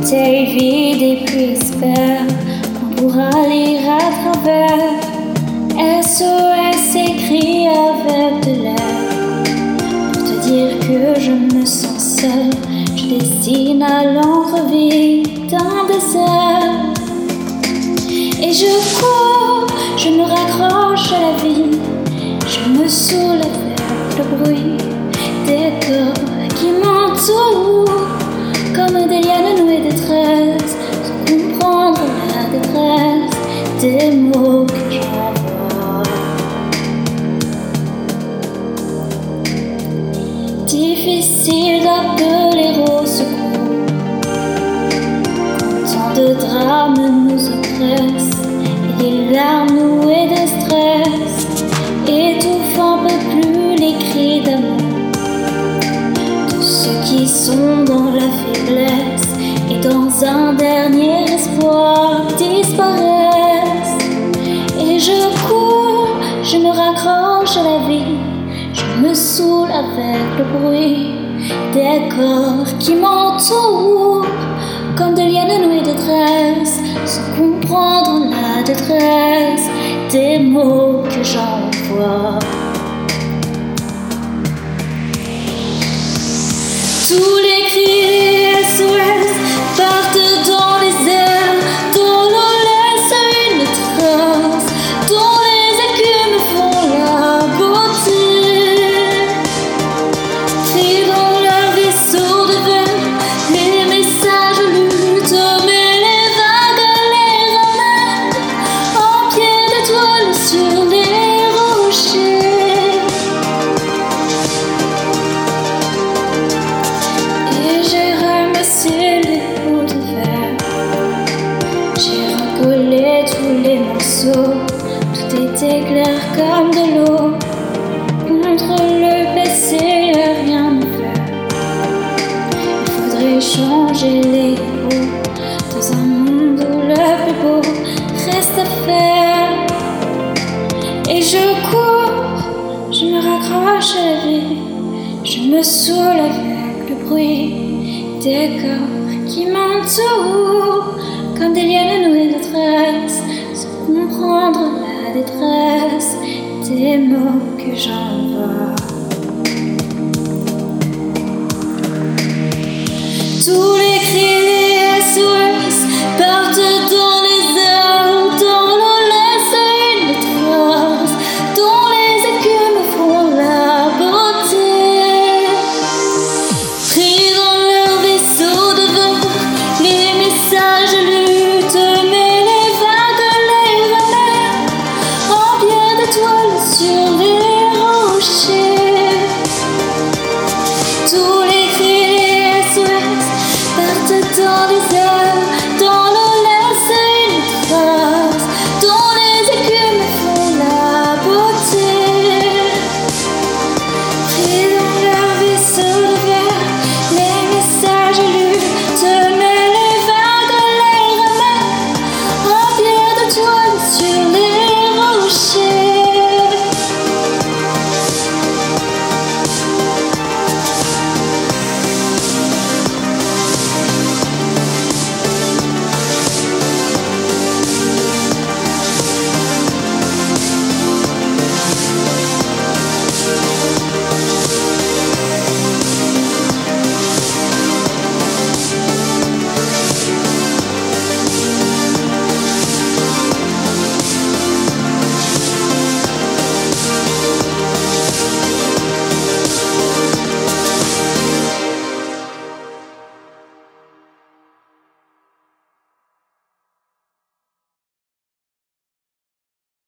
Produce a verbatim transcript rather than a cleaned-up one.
bouteille vide et puis espère qu'on pourra lire à travers. S O S écrit avec de l'air pour te dire que je me sens seule. Je destine à l'entre-vie d'un désert. Et je cours, je me raccroche à la vie. Je me saoule avec le bruit des corps qui m'entourent, comme des lianes nouées de tresses, sans comprendre la détresse des mots que j'envoie. Difficile d'appeler au secours quand tant de drames nous oppressent et des larmes nouées de stress étouffent un peu plus les cris d'amour de ceux qui sont dans la faiblesse et dans un dernier espoir disparaissent. Et je cours, je me raccroche à la vie, je me saoule avec le bruit des corps qui m'entourent, comme des lianes nouées de tresses, sans comprendre la détresse des mots que j'envoie. Tous les cris S O S partent dans les airs, dont l'on laisse une trace, dont les écumes font la beauté. Pris dans leur vaisseau de verre, les messages luttent, mais les vagues les ramènent en pied d'étoile sur les rochers. Et j'ai ramassé les bouts de verre, j'ai recollé tous les morceaux, tout était clair comme de l'eau. Contre le P C, y'a rien à faire. Il faudrait changer les héros dans un monde où le plus beau reste à faire. Et je cours, je me raccroche à la vie, je me saoule avec le bruit des corps qui m'entourent, comme des lianes nouées de tresses, sans comprendre la détresse des mots que j'envoie. Tous